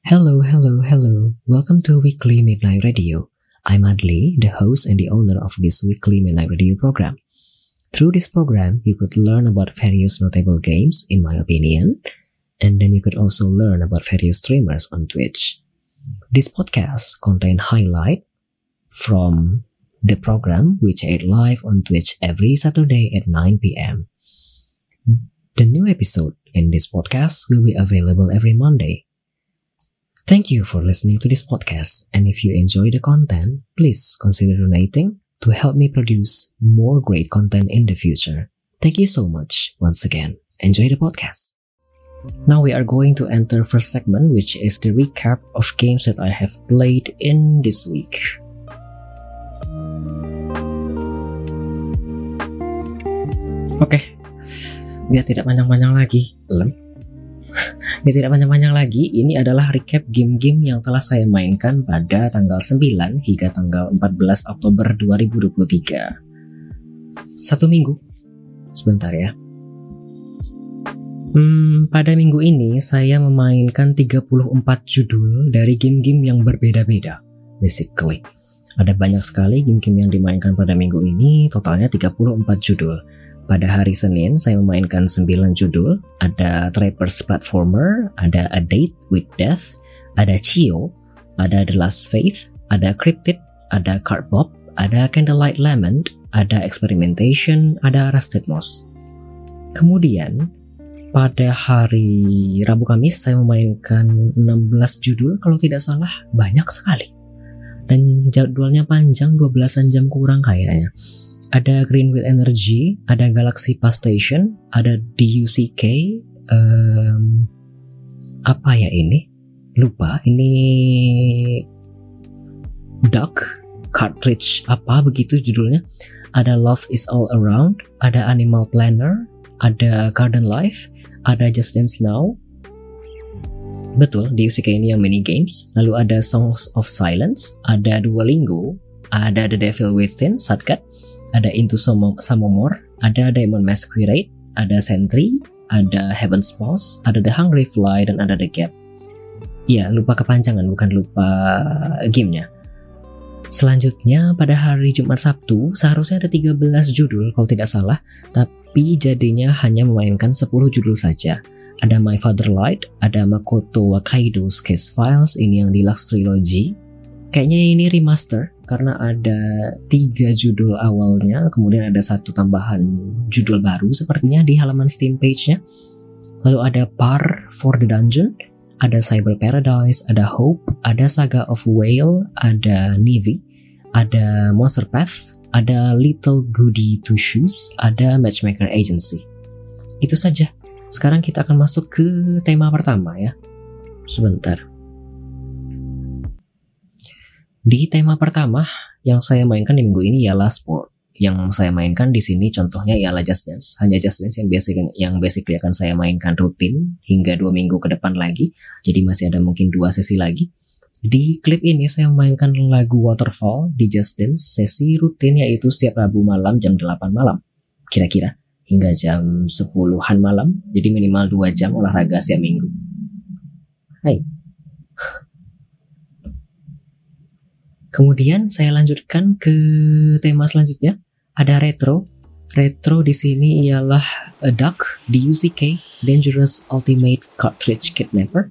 Hello. Welcome to Weekly Midnight Radio. I'm Adli, the host and the owner of this Weekly Midnight Radio program. Through this program, you could learn about various notable games, in my opinion, and then you could also learn about various streamers on Twitch. This podcast contains highlight from the program which aired live on Twitch every Saturday at 9 p.m. The new episode in this podcast will be available every Monday. Thank you for listening to this podcast, and if you enjoy the content, please consider donating to help me produce more great content in the future. Thank you so much once again. Enjoy the podcast. Now we are going to enter first segment, which is the recap of games that I have played in this week. Oke, biar tidak panjang-panjang lagi, ini adalah recap game-game yang telah saya mainkan pada tanggal 9 hingga tanggal 14 Oktober 2023. Satu minggu. Sebentar ya. Pada minggu ini saya memainkan 34 judul dari game-game yang berbeda-beda. Basically, ada banyak sekali game-game yang dimainkan pada minggu ini, totalnya 34 judul. Pada hari Senin, saya memainkan 9 judul. Ada Trappers Platformer, ada A Date with Death, ada Chio, ada The Last Faith, ada Cryptid, ada Card Bob, ada Candlelight Lament, ada Experimentation, ada Rusted Moss. Kemudian, pada hari Rabu Kamis, saya memainkan 16 judul, kalau tidak salah, banyak sekali. Dan jadwalnya panjang, 12-an jam kurang kayaknya. Ada Greenwheel Energy, ada Galaxy Pass Station, ada DUCK, apa ya ini? Lupa, ini Duck Cartridge, apa begitu judulnya. Ada Love is All Around, ada Animal Planner, ada Garden Life, ada Just Dance Now. Betul, DUCK ini yang mini games. Lalu ada Songs of Silence, ada Duolingo, ada The Devil Within, Sadgat, ada Into Samomore, ada Diamond Masquerade, ada Sentry, ada Heaven's Pause, ada The Hungry Fly, dan ada The Gap. Ya, lupa kepanjangan, bukan lupa gamenya. Selanjutnya, pada hari Jumat Sabtu, seharusnya ada 13 judul kalau tidak salah, tapi jadinya hanya memainkan 10 judul saja. Ada My Father Light, ada Makoto Wakaido's Case Files, ini yang Deluxe Trilogy. Kayaknya ini remaster, karena ada 3 judul awalnya, kemudian ada 1 tambahan judul baru sepertinya di halaman Steam page-nya. Lalu ada Par for the Dungeon, ada Cyber Paradise, ada Hope, ada Saga of Whale, ada Navy, ada Monster Path, ada Little Goody Two Shoes, ada Matchmaker Agency. Itu saja. Sekarang kita akan masuk ke tema pertama ya. Sebentar. Di tema pertama yang saya mainkan di minggu ini ialah sport. Yang saya mainkan di sini contohnya ialah Just Dance. Hanya Just Dance yang basically akan saya mainkan rutin hingga 2 minggu ke depan lagi. Jadi masih ada mungkin 2 sesi lagi. Di klip ini saya memainkan lagu Waterfall di Just Dance sesi rutin, yaitu setiap Rabu malam jam 8 malam. Kira-kira hingga jam 10-an malam. Jadi minimal 2 jam olahraga setiap minggu. Hai. Kemudian saya lanjutkan ke tema selanjutnya. Ada retro. Retro di sini ialah A Duck, DUCK, Dangerous Ultimate Cartridge Kidnapper.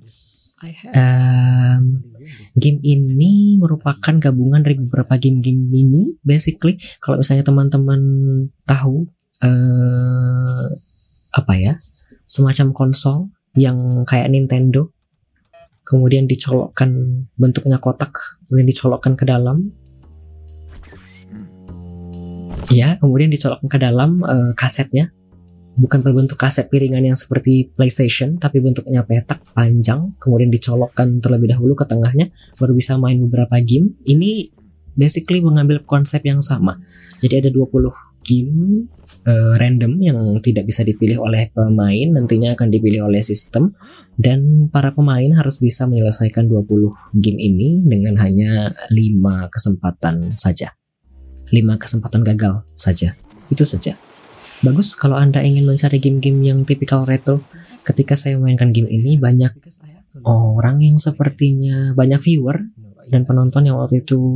Game ini merupakan gabungan dari beberapa game-game mini. Basically, kalau misalnya teman-teman tahu semacam konsol yang kayak Nintendo, kemudian dicolokkan, bentuknya kotak, kemudian dicolokkan ke dalam. Ya, kemudian dicolokkan ke dalam kasetnya. Bukan berbentuk kaset piringan yang seperti PlayStation, tapi bentuknya petak panjang, kemudian dicolokkan terlebih dahulu ke tengahnya, baru bisa main beberapa game. Ini basically mengambil konsep yang sama. Jadi ada 20 game random yang tidak bisa dipilih oleh pemain, nantinya akan dipilih oleh sistem, dan para pemain harus bisa menyelesaikan 20 game ini dengan hanya 5 kesempatan saja. 5 kesempatan gagal saja. Itu saja. Bagus kalau Anda ingin mencari game-game yang tipikal retro. Ketika saya memainkan game ini, banyak orang yang sepertinya banyak viewer dan penonton yang waktu itu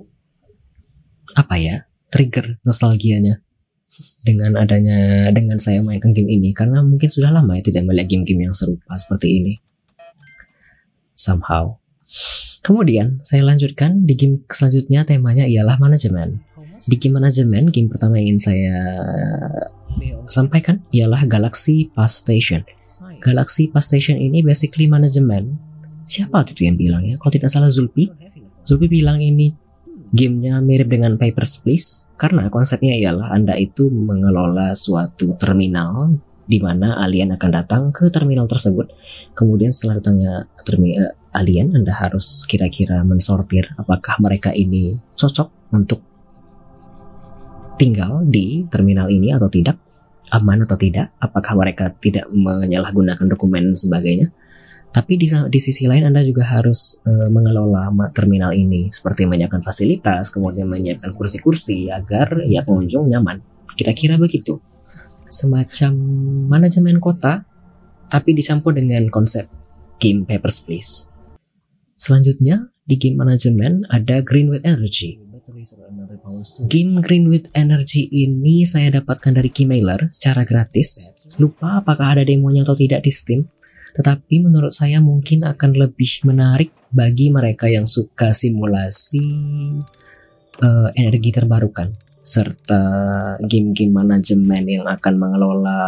trigger nostalgianya dengan saya mainkan game ini, karena mungkin sudah lama ya tidak melihat game-game yang serupa seperti ini somehow. Kemudian saya lanjutkan di game selanjutnya, temanya ialah manajemen. Di game manajemen, game pertama yang ingin saya sampaikan ialah Galaxy Pass Station. Galaxy Pass Station ini basically manajemen. Siapa itu yang bilang ya? Kalau tidak salah Zulpi bilang ini gamenya mirip dengan Papers, Please, karena konsepnya ialah Anda itu mengelola suatu terminal di mana alien akan datang ke terminal tersebut. Kemudian setelah datangnya alien, Anda harus kira-kira mensortir apakah mereka ini cocok untuk tinggal di terminal ini atau tidak, aman atau tidak, apakah mereka tidak menyalahgunakan dokumen dan sebagainya. Tapi di sisi lain Anda juga harus mengelola terminal ini, seperti menyiapkan fasilitas, kemudian menyiapkan kursi-kursi agar ya pengunjung nyaman. Kira-kira begitu. Semacam manajemen kota, tapi dicampur dengan konsep game Papers, Please. Selanjutnya di game manajemen ada Greenwood Energy. Game Greenwood Energy ini saya dapatkan dari Keymailer secara gratis. Lupa apakah ada demonya atau tidak di Steam, tetapi menurut saya mungkin akan lebih menarik bagi mereka yang suka simulasi energi terbarukan serta game-game manajemen yang akan mengelola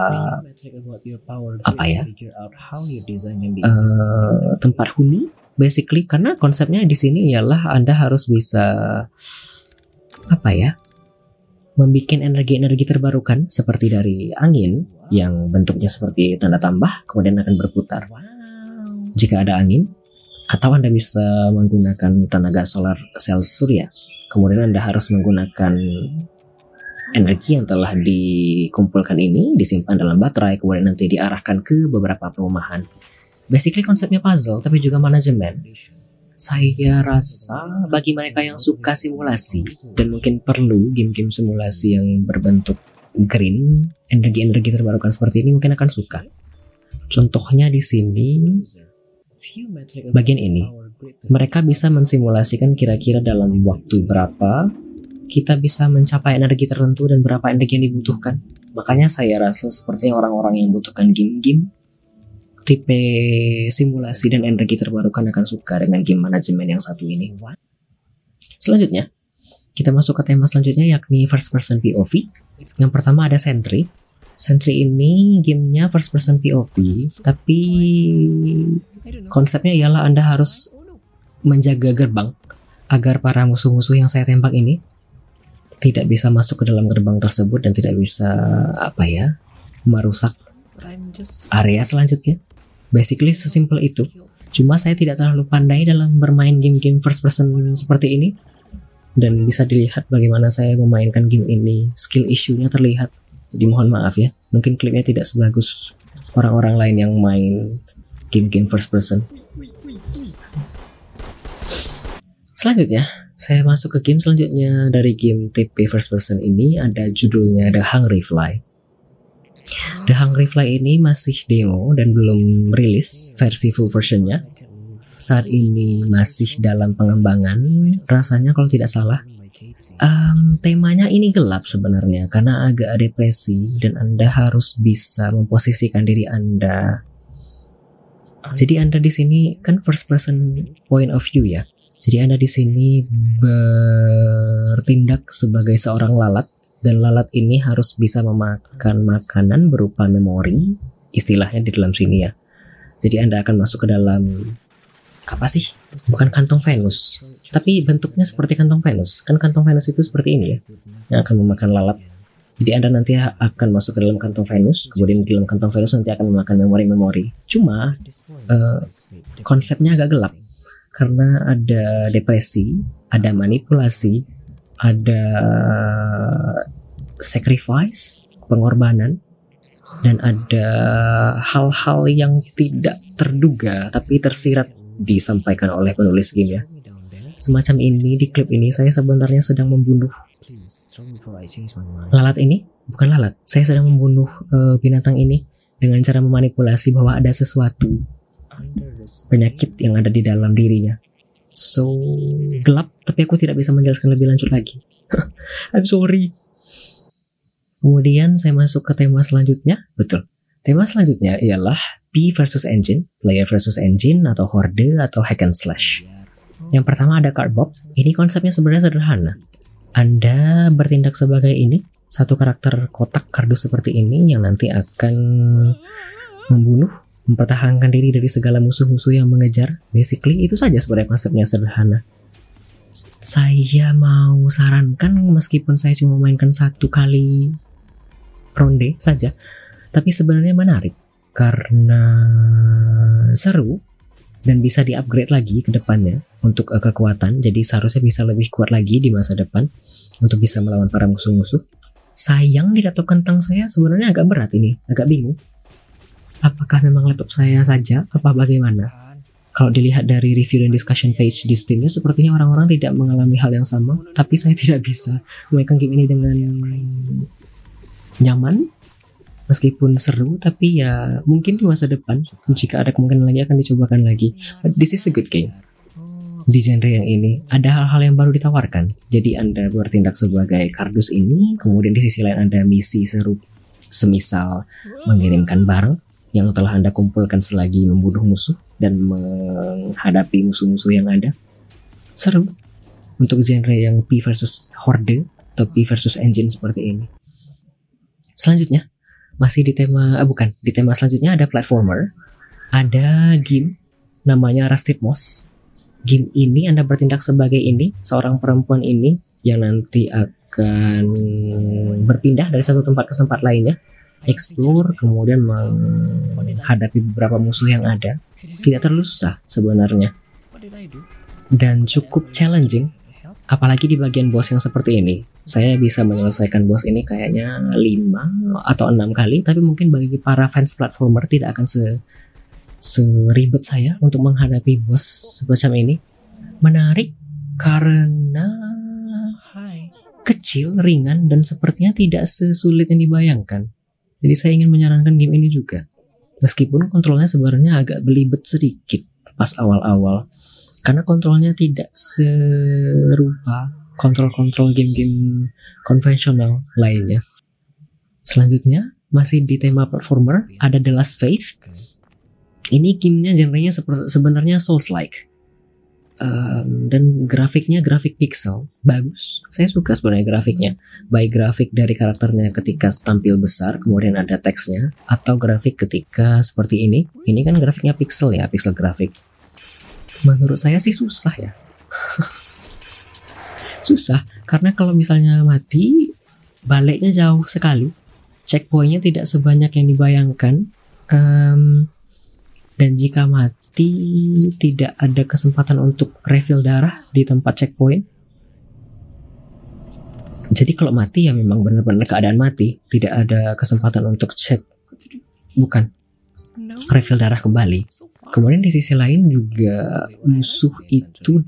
tempat huni basically, karena konsepnya di sini ialah Anda harus bisa membuat energi-energi terbarukan seperti dari angin yang bentuknya seperti tanda tambah kemudian akan berputar jika ada angin, atau Anda bisa menggunakan tenaga solar sel surya. Kemudian Anda harus menggunakan energi yang telah dikumpulkan ini disimpan dalam baterai, kemudian nanti diarahkan ke beberapa perumahan. Basically konsepnya puzzle tapi juga manajemen. Saya rasa bagi mereka yang suka simulasi dan mungkin perlu game-game simulasi yang berbentuk green, energi-energi terbarukan seperti ini mungkin akan suka. Contohnya di sini bagian ini. Mereka bisa mensimulasikan kira-kira dalam waktu berapa kita bisa mencapai energi tertentu dan berapa energi yang dibutuhkan. Makanya saya rasa sepertinya orang-orang yang membutuhkan game-game tipe simulasi dan energi terbarukan akan suka dengan game manajemen yang satu ini. Selanjutnya, kita masuk ke tema selanjutnya, yakni first person POV. Yang pertama ada Sentry. Sentry ini gamenya first person POV, tapi konsepnya ialah Anda harus menjaga gerbang agar para musuh-musuh yang saya tembak ini tidak bisa masuk ke dalam gerbang tersebut dan tidak bisa merusak area selanjutnya. Basically sesimpel itu. Cuma saya tidak terlalu pandai dalam bermain game-game first person seperti ini, dan bisa dilihat bagaimana saya memainkan game ini. Skill issue-nya terlihat. Jadi mohon maaf ya, mungkin klipnya tidak sebagus orang-orang lain yang main game-game first person. Selanjutnya, saya masuk ke game selanjutnya dari game tipe first person ini. Ada judulnya The Hungry Fly. The Hungry Fly ini masih demo dan belum rilis versi full versionnya. Saat ini masih dalam pengembangan, rasanya kalau tidak salah. Temanya ini gelap sebenarnya karena agak depresi dan Anda harus bisa memposisikan diri Anda. Jadi Anda di sini kan first person point of view ya. Jadi Anda di sini bertindak sebagai seorang lalat. Dan lalat ini harus bisa memakan makanan berupa memori, istilahnya di dalam sini ya. Jadi Anda akan masuk ke dalam bukan kantong Venus, tapi bentuknya seperti kantong Venus. Kan kantong Venus itu seperti ini ya, yang akan memakan lalat. Jadi Anda nanti akan masuk ke dalam kantong Venus, kemudian di dalam kantong Venus nanti akan memakan memori-memori. Cuma konsepnya agak gelap karena ada depresi, ada manipulasi, ada sacrifice, pengorbanan, dan ada hal-hal yang tidak terduga tapi tersirat disampaikan oleh penulis game ya. Semacam ini di klip ini saya sebenarnya sedang membunuh lalat ini, bukan lalat. Saya sedang membunuh binatang ini dengan cara memanipulasi bahwa ada sesuatu penyakit yang ada di dalam dirinya. So gelap, tapi aku tidak bisa menjelaskan lebih lanjut lagi. I'm sorry. Kemudian saya masuk ke tema selanjutnya. Betul. Tema selanjutnya ialah P versus Engine, Player versus Engine, atau Horde, atau Hack and Slash. Yang pertama ada Card Bob. Ini konsepnya sebenarnya sederhana. Anda bertindak sebagai ini, satu karakter kotak kardus seperti ini yang nanti akan membunuh, mempertahankan diri dari segala musuh-musuh yang mengejar. Basically itu saja sebenarnya konsepnya sederhana. Saya mau sarankan, meskipun saya cuma mainkan 1 kali ronde saja, tapi sebenarnya menarik karena seru dan bisa di-upgrade lagi ke depannya untuk kekuatan. Jadi seharusnya bisa lebih kuat lagi di masa depan untuk bisa melawan para musuh-musuh. Sayang di laptop kentang saya sebenarnya agak berat ini, agak bingung. Apakah memang laptop saya saja, apa bagaimana? Kalau dilihat dari review dan discussion page di Steam-nya, sepertinya orang-orang tidak mengalami hal yang sama, tapi saya tidak bisa memainkan game ini dengan nyaman. Meskipun seru, tapi ya mungkin di masa depan jika ada kemungkinan lagi akan dicobakan lagi. But this is a good game. Di genre yang ini ada hal-hal yang baru ditawarkan. Jadi Anda bertindak sebagai kardus ini, kemudian di sisi lain ada misi seru, semisal mengirimkan barang yang telah Anda kumpulkan selagi membunuh musuh dan menghadapi musuh-musuh yang ada. Seru untuk genre yang P versus Horde atau P versus Engine seperti ini. Selanjutnya masih di tema, di tema selanjutnya ada platformer. Ada game namanya Rusted Moss. Game ini Anda bertindak sebagai ini, seorang perempuan ini yang nanti akan berpindah dari satu tempat ke tempat lainnya, explore, kemudian menghadapi beberapa musuh yang ada. Tidak terlalu susah sebenarnya, dan cukup challenging, apalagi di bagian boss yang seperti ini. Saya bisa menyelesaikan boss ini kayaknya 5 atau 6 kali, tapi mungkin bagi para fans platformer tidak akan seribet saya untuk menghadapi boss semacam ini. Menarik karena kecil, ringan, dan sepertinya tidak sesulit yang dibayangkan. Jadi saya ingin menyarankan game ini juga. Meskipun kontrolnya sebenarnya agak belibet sedikit pas awal-awal, karena kontrolnya tidak serupa kontrol-kontrol game-game konvensional lainnya. Selanjutnya, masih di tema platformer, ada The Last Faith. Ini gamenya genrenya sebenarnya Souls-like. Dan grafiknya grafik pixel. Bagus. Saya suka sebenarnya grafiknya. Baik grafik dari karakternya ketika tampil besar, kemudian ada teksnya, atau grafik ketika seperti ini. Ini kan grafiknya pixel ya, pixel grafik. Menurut saya sih susah ya. Susah, karena kalau misalnya mati, baliknya jauh sekali. Checkpointnya tidak sebanyak yang dibayangkan. Dan jika mati, tidak ada kesempatan untuk refill darah di tempat checkpoint. Jadi kalau mati ya memang benar-benar keadaan mati. Tidak ada kesempatan untuk refill darah kembali. Kemudian di sisi lain juga musuh itu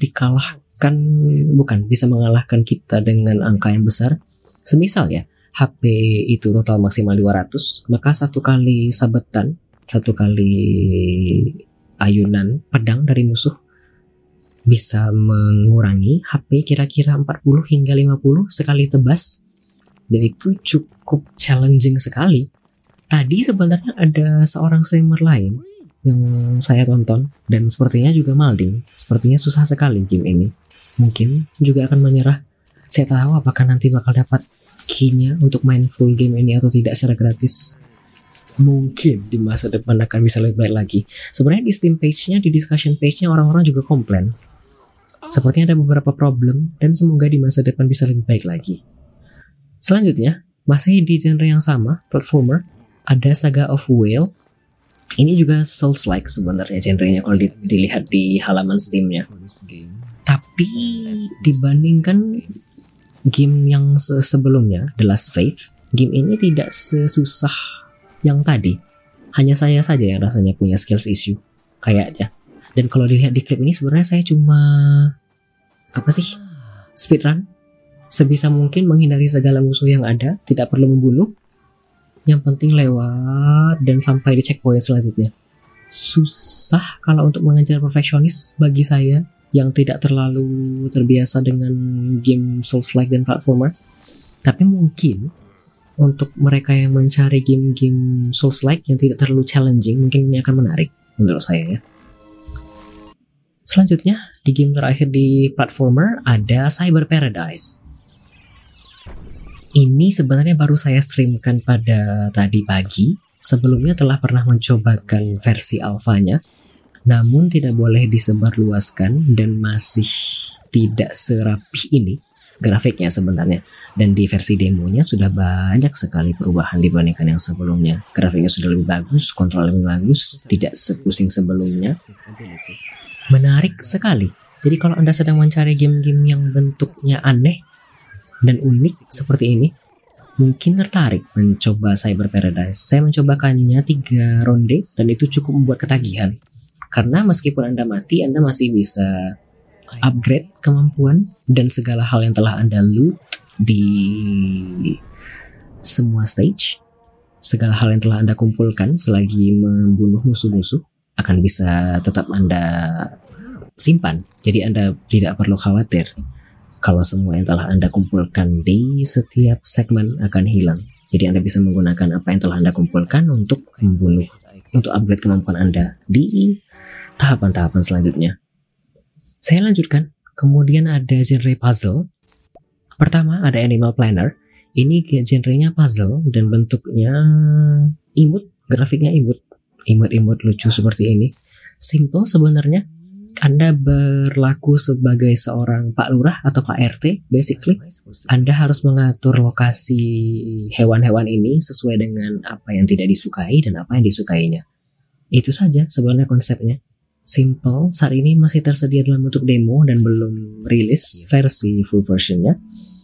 bisa mengalahkan kita dengan angka yang besar. Semisal ya, HP itu total maksimal 200, maka satu kali sabetan, satu kali ayunan pedang dari musuh bisa mengurangi HP kira-kira 40 hingga 50 sekali tebas. Dan itu cukup challenging sekali. Tadi sebenarnya ada seorang streamer lain yang saya tonton, dan sepertinya juga malding. Sepertinya susah sekali game ini. Mungkin juga akan menyerah. Saya tahu apakah nanti bakal dapat key-nya untuk main full game ini atau tidak secara gratis. Mungkin di masa depan akan bisa lebih baik lagi. Sebenarnya di Steam page-nya, di discussion page-nya orang-orang juga komplain. Sepertinya ada beberapa problem, dan semoga di masa depan bisa lebih baik lagi. Selanjutnya, masih di genre yang sama, platformer, ada Saga of Whale. Ini juga Souls-like sebenarnya genrenya kalau dilihat di halaman Steam-nya. Tapi dibandingkan game yang sebelumnya, The Last Faith, game ini tidak sesusah yang tadi. Hanya saya saja yang rasanya punya skills issue kayaknya. Dan kalau dilihat di klip ini sebenarnya saya cuma speedrun. Sebisa mungkin menghindari segala musuh yang ada, tidak perlu membunuh. Yang penting lewat dan sampai di checkpoint selanjutnya. susah kalau untuk mengejar perfeksionis bagi saya yang tidak terlalu terbiasa dengan game Souls-like dan platformer. Tapi mungkin untuk mereka yang mencari game-game Souls-like yang tidak terlalu challenging, mungkin ini akan menarik menurut saya ya. Selanjutnya, di game terakhir di platformer ada Cyber Paradise. Ini sebenarnya baru saya streamkan pada tadi pagi. Sebelumnya telah pernah mencobakan versi alfanya, namun tidak boleh disebarluaskan dan masih tidak serapih ini grafiknya sebenarnya. Dan di versi demonya sudah banyak sekali perubahan dibandingkan yang sebelumnya. Grafiknya sudah lebih bagus, kontrol lebih bagus, tidak sepusing sebelumnya. Menarik sekali. Jadi kalau Anda sedang mencari game-game yang bentuknya aneh dan unik seperti ini, mungkin tertarik mencoba Cyber Paradise. Saya mencobakannya 3 ronde dan itu cukup membuat ketagihan. Karena meskipun Anda mati, Anda masih bisa upgrade kemampuan dan segala hal yang telah Anda loot di semua stage. Segala hal yang telah Anda kumpulkan selagi membunuh musuh-musuh akan bisa tetap Anda simpan. Jadi Anda tidak perlu khawatir kalau semua yang telah Anda kumpulkan di setiap segmen akan hilang. Jadi Anda bisa menggunakan apa yang telah Anda kumpulkan untuk membunuh, untuk upgrade kemampuan Anda di tahapan-tahapan selanjutnya. Saya lanjutkan. Kemudian ada genre puzzle. Pertama ada Animal Planner. Ini genrenya puzzle dan bentuknya imut, grafiknya imut. Imut-imut lucu seperti ini. Simple sebenarnya. Anda berlaku sebagai seorang Pak Lurah atau Pak RT, basically. Anda harus mengatur lokasi hewan-hewan ini sesuai dengan apa yang tidak disukai dan apa yang disukainya. Itu saja sebenarnya konsepnya. Simple, saat ini masih tersedia dalam bentuk demo dan belum rilis versi full versionnya.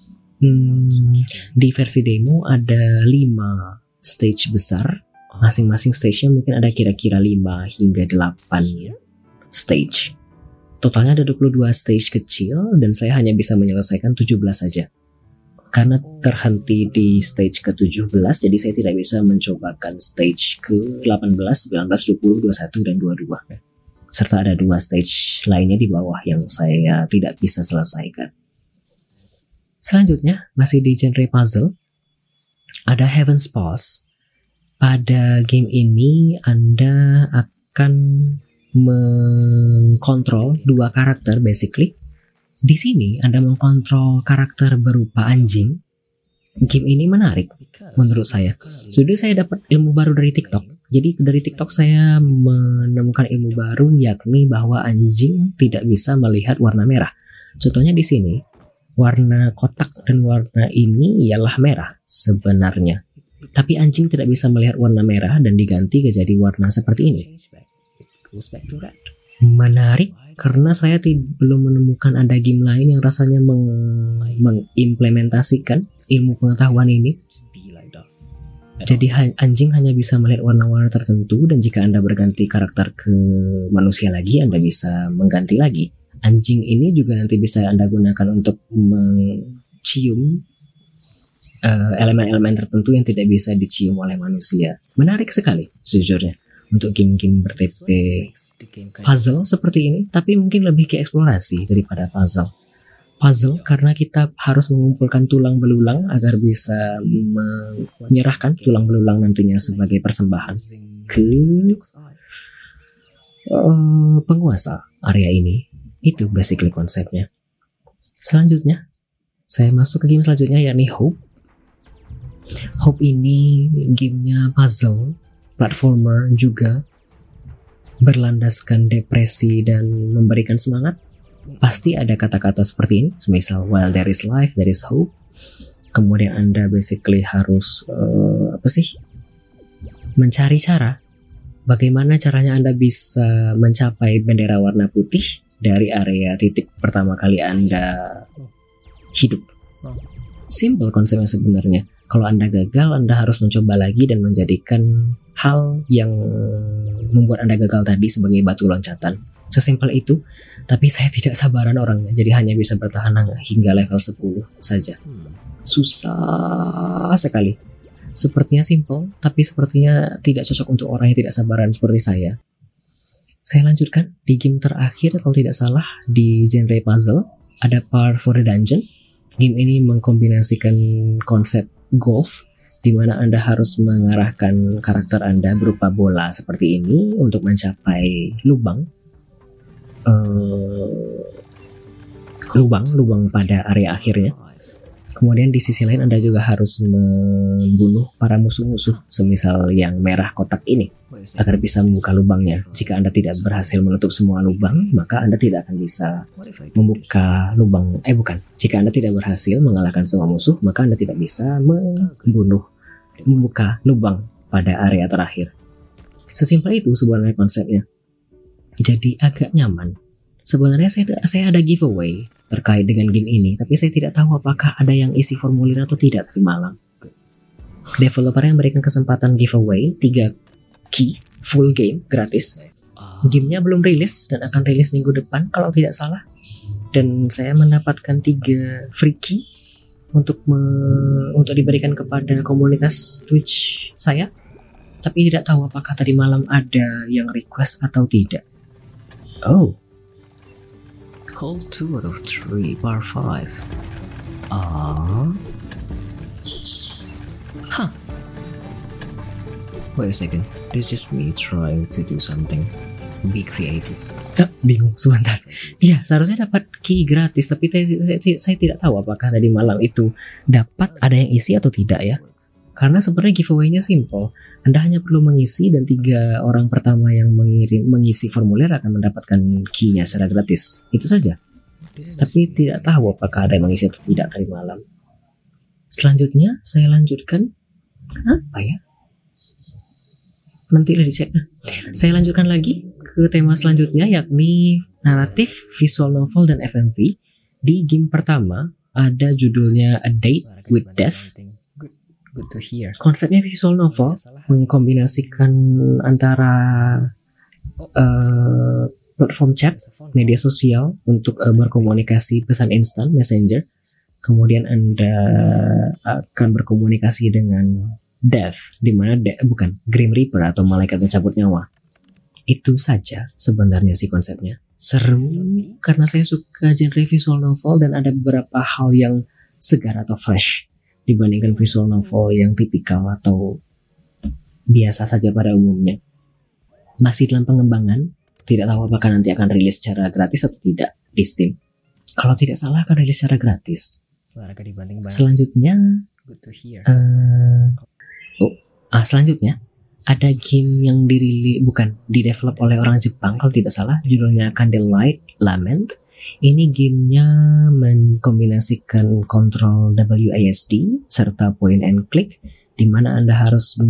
Di versi demo ada 5 stage besar. Masing-masing stage-nya mungkin ada kira-kira 5 hingga 8 stage. Totalnya ada 22 stage kecil dan saya hanya bisa menyelesaikan 17 saja. Karena terhenti di stage ke-17, jadi saya tidak bisa mencobakan stage ke-18, 19, 20, 21, dan 22. Serta ada 2 stage lainnya di bawah yang saya tidak bisa selesaikan. Selanjutnya, masih di genre puzzle, ada Heaven's Pause. Pada game ini, Anda akan mengkontrol 2 karakter basically. Di sini Anda mengkontrol karakter berupa anjing. Game ini menarik menurut saya. Sudah saya dapat ilmu baru dari TikTok. Jadi dari TikTok saya menemukan ilmu baru, yakni bahwa anjing tidak bisa melihat warna merah. Contohnya di sini, warna kotak dan warna ini ialah merah sebenarnya. Tapi anjing tidak bisa melihat warna merah dan diganti ke jadi warna seperti ini. Menarik karena saya belum menemukan ada game lain yang rasanya mengimplementasikan ilmu pengetahuan ini. Jadi anjing hanya bisa melihat warna-warna tertentu dan jika Anda berganti karakter ke manusia lagi, Anda bisa mengganti lagi. Anjing ini juga nanti bisa Anda gunakan untuk mencium elemen-elemen tertentu yang tidak bisa dicium oleh manusia. Menarik sekali sejujurnya. Untuk game-game ber-TP puzzle seperti ini, tapi mungkin lebih ke eksplorasi daripada puzzle. Puzzle karena kita harus mengumpulkan tulang belulang agar bisa menyerahkan tulang belulang nantinya sebagai persembahan ke penguasa area ini. Itu basically konsepnya. Selanjutnya, saya masuk ke game selanjutnya yakni Hope. Hope ini gamenya puzzle, platformer juga, berlandaskan depresi dan memberikan semangat. Pasti ada kata-kata seperti ini, semisal while there is life, there is hope. Kemudian Anda basically harus mencari cara bagaimana caranya Anda bisa mencapai bendera warna putih dari area titik pertama kali Anda hidup. Simple konsepnya sebenarnya. Kalau Anda gagal, Anda harus mencoba lagi dan menjadikan hal yang membuat Anda gagal tadi sebagai batu loncatan. Sesimpel itu, tapi saya tidak sabaran orangnya, jadi hanya bisa bertahan hingga level 10 saja. Susah sekali. Sepertinya simple, tapi sepertinya tidak cocok untuk orang yang tidak sabaran seperti saya. Saya lanjutkan di game terakhir kalau tidak salah di genre puzzle, ada Par for the Dungeon. Game ini mengkombinasikan konsep golf di mana Anda harus mengarahkan karakter Anda berupa bola seperti ini untuk mencapai lubang pada area akhirnya. Kemudian di sisi lain Anda juga harus membunuh para musuh-musuh semisal yang merah kotak ini agar bisa membuka lubangnya. Jika Anda tidak berhasil menutup semua lubang, maka Anda tidak akan bisa membuka lubang. Jika Anda tidak berhasil mengalahkan semua musuh, maka Anda tidak bisa membuka lubang pada area terakhir. Sesimpel itu sebenarnya konsepnya. Jadi agak nyaman. Sebenarnya saya ada giveaway terkait dengan game ini, tapi saya tidak tahu apakah ada yang isi formulir atau tidak tadi malam. Developer yang memberikan kesempatan giveaway 3 key full game gratis. Gamenya belum rilis dan akan rilis minggu depan kalau tidak salah. Dan saya mendapatkan 3 free key untuk diberikan kepada komunitas Twitch saya. Tapi tidak tahu apakah tadi malam ada yang request atau tidak. Oh. Call 2 out of 3, bar 5. Huh. Wait a second. This is me trying to do something. Be creative. Bingung sebentar. Iya, seharusnya dapat key gratis, tapi saya tidak tahu apakah tadi malam itu dapat ada yang isi atau tidak ya. Karena sebenarnya giveaway-nya simple. Anda hanya perlu mengisi dan 3 orang pertama yang mengisi formulir akan mendapatkan key-nya secara gratis. Itu saja. Tapi tidak tahu apakah ada yang mengisi atau tidak tadi malam. Selanjutnya saya lanjutkan. Apa ya? Nanti lah dicek. Saya lanjutkan lagi ke tema selanjutnya, yakni naratif, visual novel, dan FMV. Di game pertama ada judulnya A Date with Death. Good to hear. Konsepnya visual novel mengkombinasikan antara platform chat, media sosial untuk berkomunikasi pesan instan, messenger. Kemudian Anda akan berkomunikasi dengan Death, di mana Grim Reaper atau malaikat pencabut nyawa. Itu saja sebenarnya sih konsepnya. Seru karena saya suka genre visual novel dan ada beberapa hal yang segar atau fresh dibandingkan visual novel yang tipikal atau biasa saja pada umumnya. Masih dalam pengembangan, tidak tahu apakah nanti akan rilis secara gratis atau tidak di Steam. Kalau tidak salah akan rilis secara gratis. Selanjutnya, selanjutnya ada game yang didevelop oleh orang Jepang kalau tidak salah, judulnya Candlelight Lament. Ini gamenya mengkombinasikan kontrol WASD serta point and click, di mana Anda harus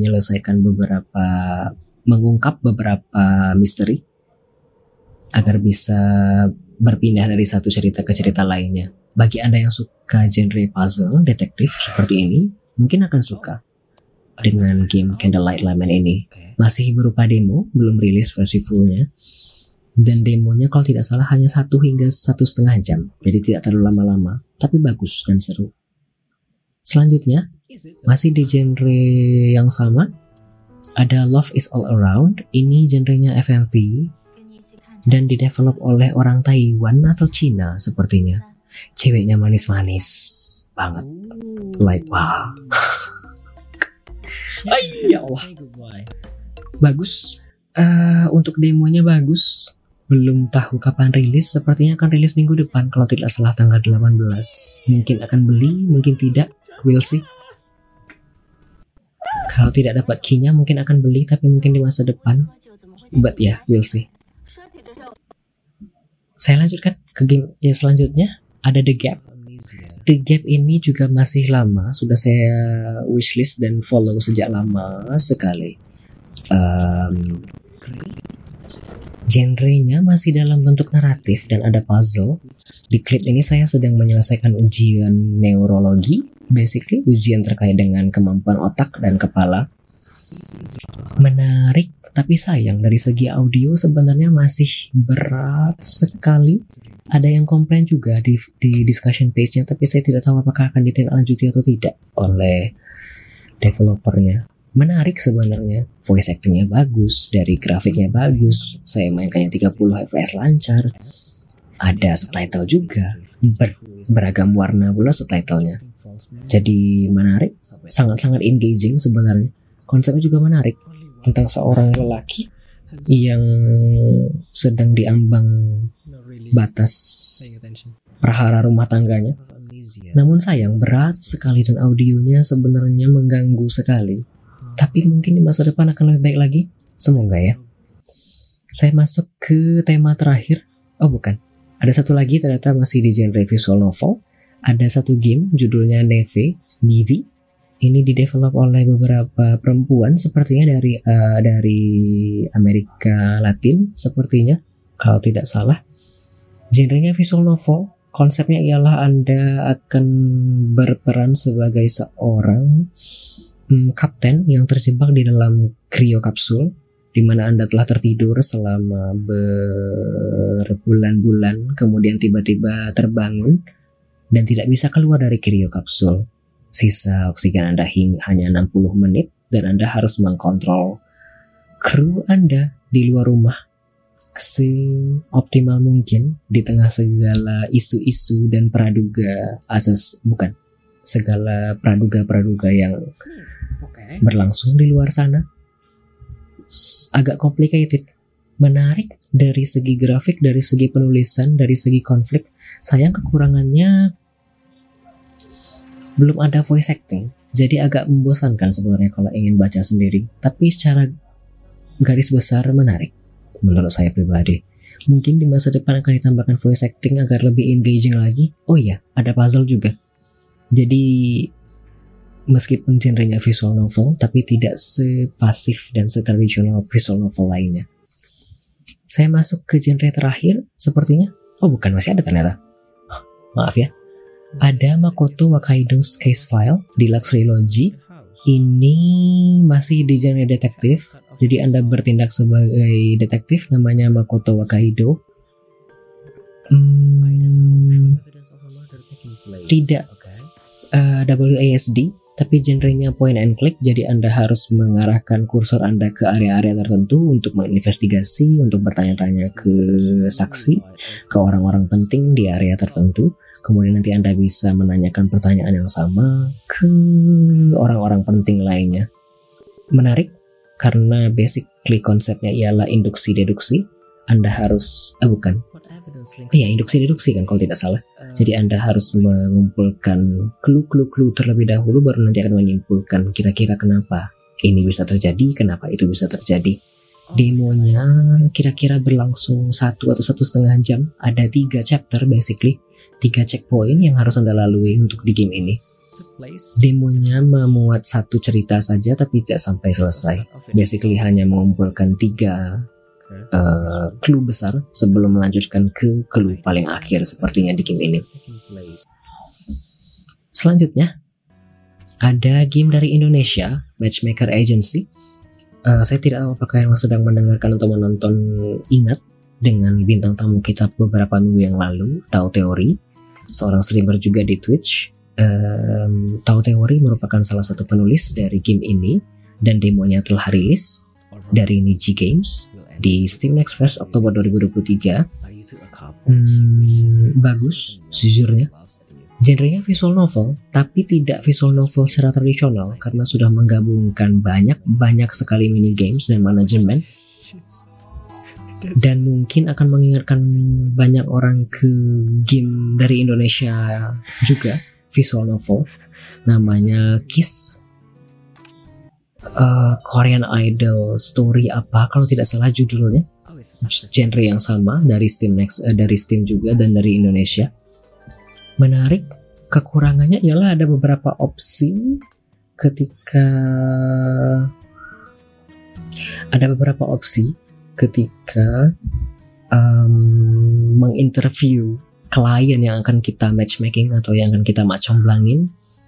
mengungkap beberapa misteri agar bisa berpindah dari satu cerita ke cerita lainnya. Bagi Anda yang suka genre puzzle detektif seperti ini, mungkin akan suka dengan game Candlelight Lament ini. Masih berupa demo, belum rilis versi fullnya. Dan demonya kalau tidak salah hanya 1 hingga 1,5 jam. Jadi tidak terlalu lama-lama, tapi bagus dan seru. Selanjutnya, masih di genre yang sama, ada Love is All Around. Ini genrenya FMV dan didevelop oleh orang Taiwan atau Cina sepertinya. Ceweknya manis-manis banget. Like wow. Ya Allah. Bagus. Untuk demonya bagus. Belum tahu kapan rilis. Sepertinya akan rilis minggu depan kalau tidak salah tanggal 18. Mungkin akan beli, mungkin tidak. We'll see. Kalau tidak dapat key-nya mungkin akan beli, tapi mungkin di masa depan. But yeah, we'll see. Saya lanjutkan ke game yang selanjutnya. Ada The Gap. The Gap ini juga masih lama. Sudah saya wishlist dan follow sejak lama sekali. Genrenya masih dalam bentuk naratif dan ada puzzle. Di klip ini saya sedang menyelesaikan ujian neurologi, basically ujian terkait dengan kemampuan otak dan kepala. Menarik, tapi sayang dari segi audio sebenarnya masih berat sekali. Ada yang komplain juga di discussion page-nya, tapi saya tidak tahu apakah akan ditindaklanjuti atau tidak oleh developernya. Menarik sebenarnya, voice actingnya bagus, dari grafiknya bagus, saya mainkannya 30 fps lancar, ada subtitle juga, beragam warna pula subtitlenya. Jadi menarik, sangat-sangat engaging sebenarnya. Konsepnya juga menarik, tentang seorang lelaki yang sedang diambang batas prahara rumah tangganya. Namun sayang, berat sekali dan audionya sebenarnya mengganggu sekali. Tapi mungkin di masa depan akan lebih baik lagi. Semoga ya. Saya masuk ke tema terakhir. Oh bukan, ada satu lagi ternyata masih di genre visual novel. Ada satu game judulnya Neve. Ini didevelop oleh beberapa perempuan sepertinya dari Amerika Latin sepertinya, kalau tidak salah. Genrenya visual novel. Konsepnya ialah Anda akan berperan sebagai seorang kapten yang terjebak di dalam cryo kapsul, di mana Anda telah tertidur selama berbulan-bulan, kemudian tiba-tiba terbangun dan tidak bisa keluar dari cryo kapsul. Sisa oksigen Anda hanya 60 menit dan Anda harus mengkontrol kru Anda di luar rumah seoptimal mungkin di tengah segala isu-isu dan segala praduga yang berlangsung di luar sana. Agak complicated, menarik dari segi grafik, dari segi penulisan, dari segi konflik. Sayang kekurangannya belum ada voice acting, jadi agak membosankan sebenarnya kalau ingin baca sendiri. Tapi secara garis besar menarik menurut saya pribadi. Mungkin di masa depan akan ditambahkan voice acting agar lebih engaging lagi. Oh iya, ada puzzle juga. Jadi meskipun genrenya visual novel, tapi tidak sepasif dan setradisional visual novel lainnya. Saya masuk ke genre terakhir sepertinya. Oh bukan, masih ada ternyata. Maaf ya. Ada Makoto Wakaido's Case File Deluxe Trilogy. Ini masih di genre detektif. Jadi Anda bertindak sebagai detektif, namanya Makoto Wakaido. Tidak WASD, tapi genrenya point and click. Jadi Anda harus mengarahkan kursor Anda ke area-area tertentu untuk menginvestigasi, untuk bertanya-tanya ke saksi, ke orang-orang penting di area tertentu. Kemudian nanti Anda bisa menanyakan pertanyaan yang sama ke orang-orang penting lainnya. Menarik karena basically konsepnya ialah induksi-deduksi. Anda harus induksi-deduksi kan kalau tidak salah. Jadi Anda harus mengumpulkan clue terlebih dahulu, baru nanti akan menyimpulkan kira-kira kenapa ini bisa terjadi, kenapa itu bisa terjadi. Demonya kira-kira berlangsung 1 atau 1,5 jam. Ada 3 chapter basically, 3 checkpoint yang harus Anda lalui untuk di game ini. Demonya memuat 1 cerita saja tapi tidak sampai selesai. Basically hanya mengumpulkan 3 clue besar sebelum melanjutkan ke clue paling akhir sepertinya di game ini. Selanjutnya ada game dari Indonesia, Matchmaker Agency. Saya tidak tahu apakah yang sedang mendengarkan atau menonton ingat dengan bintang tamu kita beberapa minggu yang lalu, Tau Teori, seorang streamer juga di Twitch. Tau Teori merupakan salah satu penulis dari game ini dan demonya telah rilis dari Niji Games di Steam Next Fest Oktober 2023. Bagus sejujurnya. Genrenya visual novel, tapi tidak visual novel secara tradisional karena sudah menggabungkan banyak sekali mini games dan manajemen, dan mungkin akan mengingatkan banyak orang ke game dari Indonesia juga, visual novel, namanya Kiss, Korean Idol Story apa kalau tidak salah judulnya. Genre yang sama dari Steam juga dan dari Indonesia. Menarik. Kekurangannya ialah ada beberapa opsi ketika menginterview klien yang akan kita matchmaking atau yang akan kita macomblangin.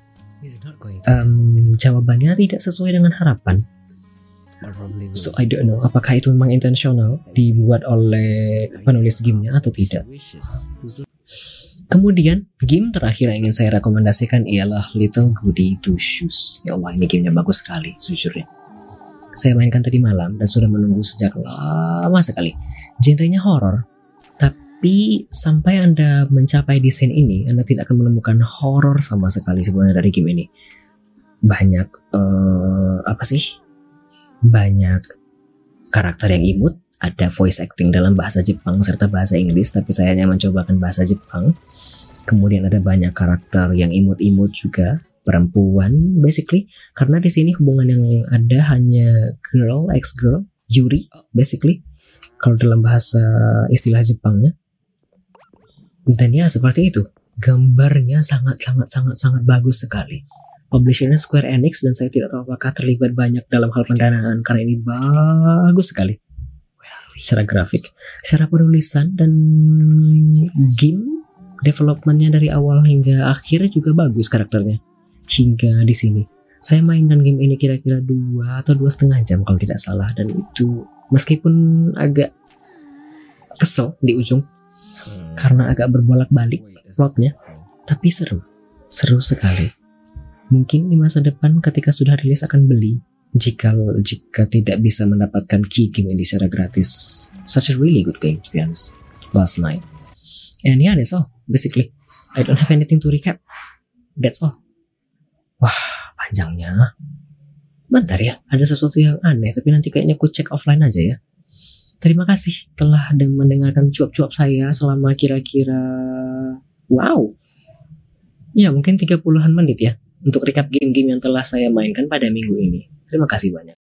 Jawabannya tidak sesuai dengan harapan. So I don't know apakah itu memang intentional dibuat oleh penulis gamenya atau tidak. Kemudian game terakhir yang ingin saya rekomendasikan ialah Little Goody Two Shoes. Ya Allah, ini gamenya bagus sekali sejujurnya. Saya mainkan tadi malam dan sudah menunggu sejak lama sekali. Genrenya horor, tapi sampai Anda mencapai di scene ini, Anda tidak akan menemukan horor sama sekali sebenarnya dari game ini. Banyak banyak karakter yang imut, ada voice acting dalam bahasa Jepang serta bahasa Inggris, tapi saya hanya mencobakan bahasa Jepang. Kemudian ada banyak karakter yang imut-imut juga, perempuan basically, karena di sini hubungan yang ada hanya girl, ex-girl, Yuri basically, kalau dalam bahasa istilah Jepangnya. Dan ya seperti itu, gambarnya sangat bagus sekali. Publishernya Square Enix dan saya tidak tahu apakah terlibat banyak dalam hal pendanaan karena ini bagus sekali. Secara grafik, secara penulisan dan game developmentnya dari awal hingga akhir juga bagus karakternya. Hingga di sini, saya mainkan game ini kira-kira 2 atau 2,5 jam kalau tidak salah, dan itu meskipun agak kesel di ujung karena agak berbolak-balik plotnya, tapi seru sekali. Mungkin di masa depan ketika sudah rilis akan beli jika tidak bisa mendapatkan key game ini secara gratis. Such a really good game to be honest last night. And yeah, that's all basically. I don't have anything to recap. That's all. Wah, panjangnya. Bentar ya, ada sesuatu yang aneh, tapi nanti kayaknya aku cek offline aja ya. Terima kasih telah mendengarkan cuap-cuap saya selama kira-kira ya mungkin 30-an menit ya untuk recap game-game yang telah saya mainkan pada minggu ini. Terima kasih banyak.